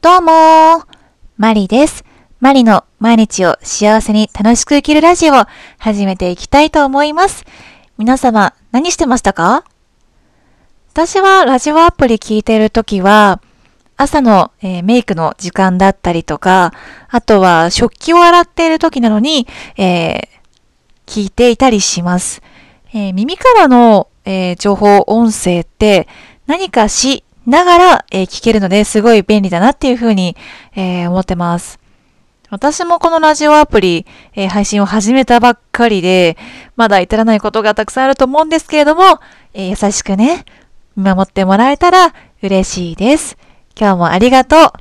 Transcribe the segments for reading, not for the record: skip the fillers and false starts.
どうもー、マリです。マリの毎日を幸せに楽しく生きるラジオを始めていきたいと思います。皆様、何してましたか？私はラジオアプリ聞いているときは、朝の、メイクの時間だったりとか、あとは食器を洗っているときなのに、聞いていたりします。耳からの、情報音声って何かしながら、聞けるのですごい便利だなっていうふうに、思ってます。私もこのラジオアプリ、配信を始めたばっかりで、まだ至らないことがたくさんあると思うんですけれども、優しくね、見守ってもらえたら嬉しいです。今日もありがとう。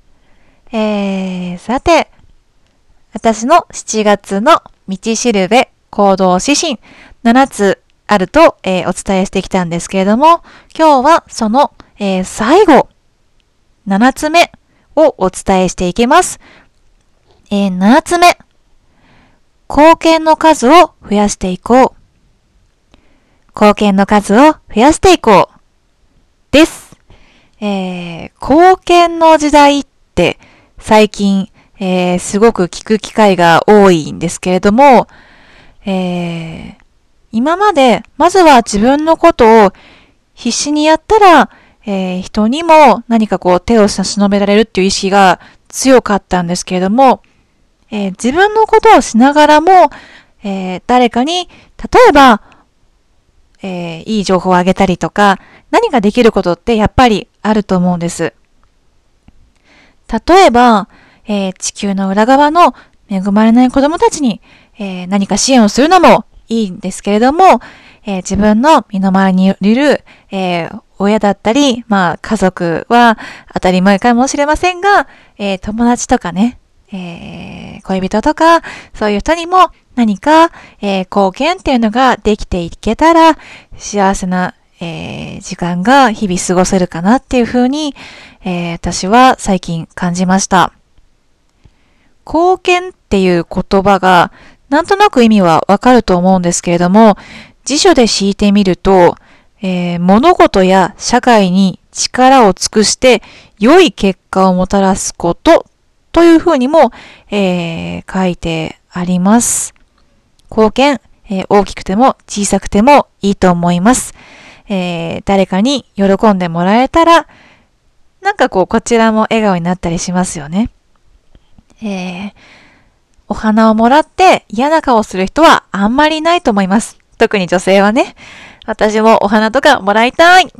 さて、私の7月の道しるべ行動指針7つあると、お伝えしてきたんですけれども、今日はその、最後、7つ目をお伝えしていきます。7つ目、貢献の数を増やしていこう。貢献の数を増やしていこう。です。貢献の時代って最近、すごく聞く機会が多いんですけれども、今までまずは自分のことを必死にやったら、人にも何かこう手を差し伸べられるっていう意識が強かったんですけれども、自分のことをしながらも、誰かに例えば、いい情報をあげたりとか何かできることってやっぱりあると思うんです。例えば、地球の裏側の恵まれない子供たちに、何か支援をするのもいいんですけれども、自分の身の回りにいる、親だったり、家族は当たり前かもしれませんが、友達とかね、恋人とか、そういう人にも何か、貢献っていうのができていけたら、幸せな、時間が日々過ごせるかなっていうふうに、私は最近感じました。貢献っていう言葉が、なんとなく意味はわかると思うんですけれども、辞書で敷いてみると、物事や社会に力を尽くして良い結果をもたらすことというふうにも、書いてあります。貢献、大きくても小さくてもいいと思います。誰かに喜んでもらえたら、なんかこちらも笑顔になったりしますよね。お花をもらって嫌な顔する人はあんまりいないと思います。特に女性はね。私もお花とかもらいたい。ち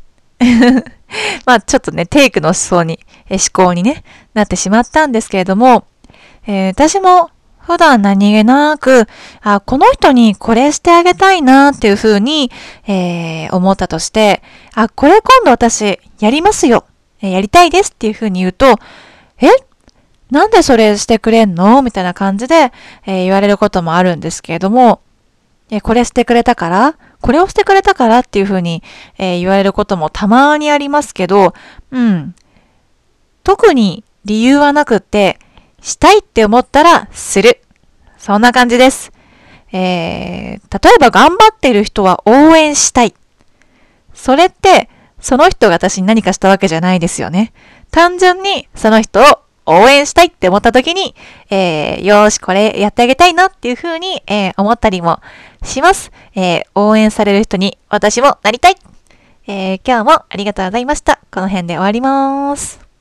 ょっとね、テイクの思考にね、なってしまったんですけれども、私も普段何気なく、この人にこれしてあげたいなっていうふうに、思ったとして、これ今度私やりますよ。やりたいですっていうふうに言うと、なんでそれしてくれんのみたいな感じで、言われることもあるんですけれども、これをしてくれたからっていうふうに、言われることもたまにありますけど、特に理由はなくって、したいって思ったらする。そんな感じです。例えば頑張っている人は応援したい。それって、その人が私に何かしたわけじゃないですよね。単純にその人を応援したいって思った時に、よーし、これやってあげたいなっていう風に、思ったりもします。応援される人に私もなりたい。今日もありがとうございました。この辺で終わります。